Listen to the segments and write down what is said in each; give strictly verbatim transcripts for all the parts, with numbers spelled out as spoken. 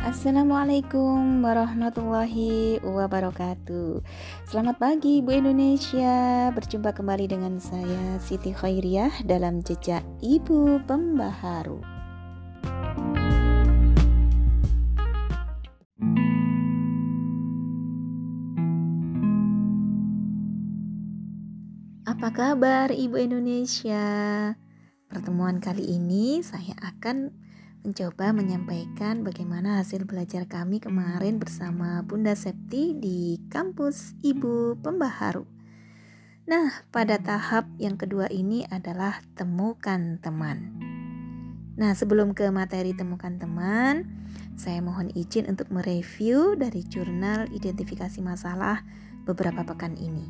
Assalamualaikum warahmatullahi wabarakatuh. Selamat pagi Bu Indonesia. Berjumpa kembali dengan saya Siti Khairiyah dalam Jejak Ibu Pembaharu. Apa kabar Ibu Indonesia? Pertemuan kali ini saya akan mencoba menyampaikan bagaimana hasil belajar kami kemarin bersama Bunda Septi di kampus Ibu Pembaharu. Nah, pada tahap yang kedua ini adalah temukan teman. Nah, sebelum ke materi temukan teman, saya mohon izin untuk mereview dari jurnal identifikasi masalah beberapa pekan ini.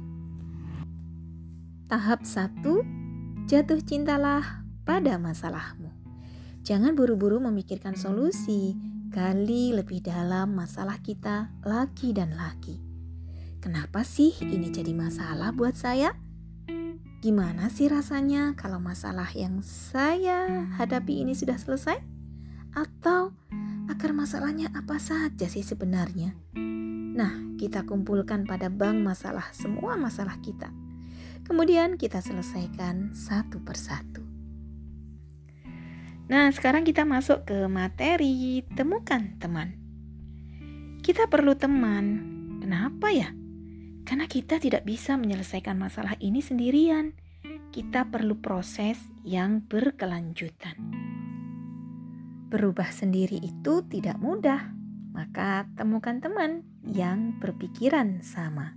Tahap satu, jatuh cintalah pada masalahmu. Jangan buru-buru memikirkan solusi, gali lebih dalam masalah kita lagi dan lagi. Kenapa sih ini jadi masalah buat saya? Gimana sih rasanya kalau masalah yang saya hadapi ini sudah selesai? Atau akar masalahnya apa saja sih sebenarnya? Nah, kita kumpulkan pada bank masalah semua masalah kita. Kemudian kita selesaikan satu persatu. Nah, sekarang kita masuk ke materi temukan teman. Kita perlu teman. Kenapa ya? Karena kita tidak bisa menyelesaikan masalah ini sendirian. Kita perlu proses yang berkelanjutan. Berubah sendiri itu tidak mudah. Maka temukan teman yang berpikiran sama.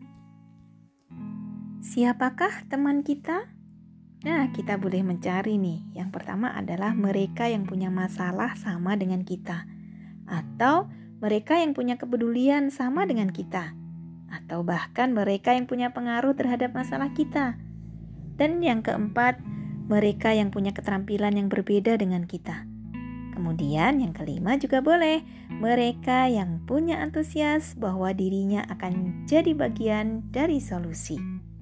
Siapakah teman kita? Nah, kita boleh mencari nih. Yang pertama adalah mereka yang punya masalah sama dengan kita. Atau mereka yang punya kepedulian sama dengan kita. Atau bahkan mereka yang punya pengaruh terhadap masalah kita. Dan yang keempat, mereka yang punya keterampilan yang berbeda dengan kita. Kemudian yang kelima juga boleh. Mereka yang punya antusias bahwa dirinya akan jadi bagian dari solusi.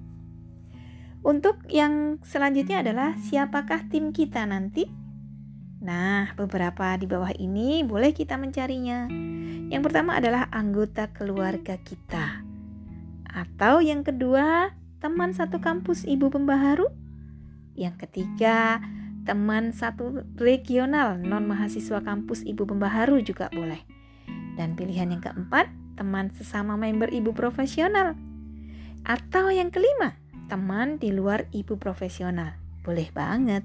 Untuk yang selanjutnya adalah siapakah tim kita nanti? Nah, beberapa di bawah ini boleh kita mencarinya. Yang pertama adalah anggota keluarga kita. Atau yang kedua, teman satu kampus Ibu Pembaharu. Yang ketiga, teman satu regional non-mahasiswa kampus Ibu Pembaharu juga boleh. Dan pilihan yang keempat, teman sesama member Ibu Profesional. Atau yang kelima, teman di luar Ibu Profesional. Boleh banget.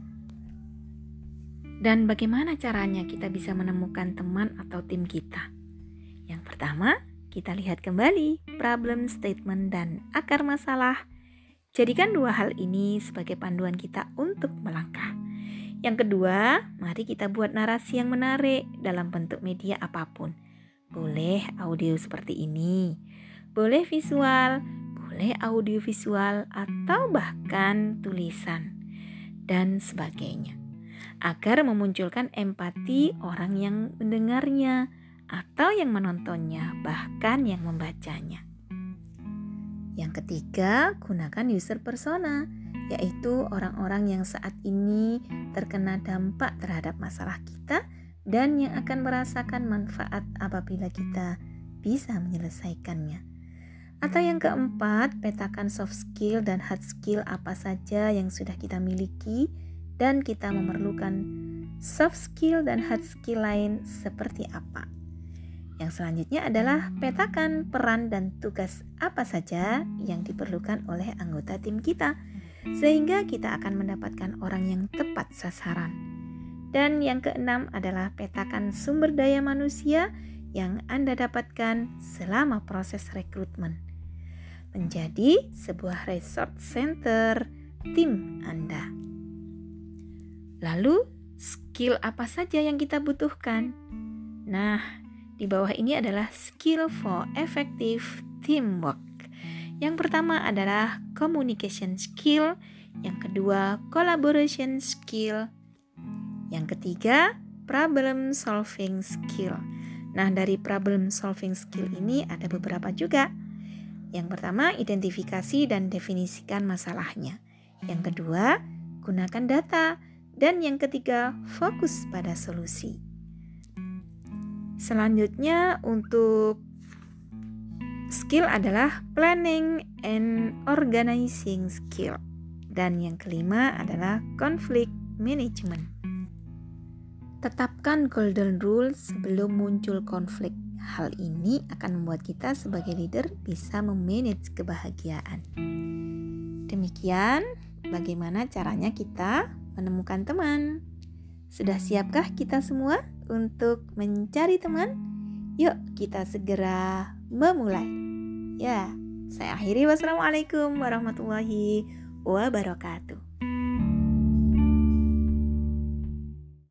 Dan bagaimana caranya kita bisa menemukan teman atau tim kita? Yang pertama, kita lihat kembali problem statement dan akar masalah. Jadikan dua hal ini sebagai panduan kita untuk melangkah. Yang kedua, mari kita buat narasi yang menarik dalam bentuk media apapun. Boleh audio seperti ini, boleh visual, boleh audiovisual atau bahkan tulisan dan sebagainya, agar memunculkan empati orang yang mendengarnya atau yang menontonnya, bahkan yang membacanya. Yang ketiga, gunakan user persona, yaitu orang-orang yang saat ini terkena dampak terhadap masalah kita dan yang akan merasakan manfaat apabila kita bisa menyelesaikannya. Atau yang keempat, petakan soft skill dan hard skill apa saja yang sudah kita miliki dan kita memerlukan soft skill dan hard skill lain seperti apa. Yang selanjutnya adalah petakan peran dan tugas apa saja yang diperlukan oleh anggota tim kita, sehingga kita akan mendapatkan orang yang tepat sasaran. Dan yang keenam adalah petakan sumber daya manusia yang Anda dapatkan selama proses rekrutmen menjadi sebuah resource center tim Anda. Lalu, skill apa saja yang kita butuhkan? Nah, di bawah ini adalah skill for effective teamwork. Yang pertama adalah communication skill, yang kedua collaboration skill, yang ketiga problem solving skill. Nah, dari problem solving skill ini ada beberapa juga. Yang pertama, identifikasi dan definisikan masalahnya. Yang kedua, gunakan data. Dan yang ketiga, fokus pada solusi. Selanjutnya untuk skill adalah planning and organizing skill. Dan yang kelima adalah conflict management. Tetapkan golden rule sebelum muncul konflik. Hal ini akan membuat kita sebagai leader bisa memanage kebahagiaan. Demikian bagaimana caranya kita menemukan teman. Sudah siapkah kita semua untuk mencari teman? Yuk kita segera memulai. Ya, saya akhiri. Wassalamualaikum warahmatullahi wabarakatuh.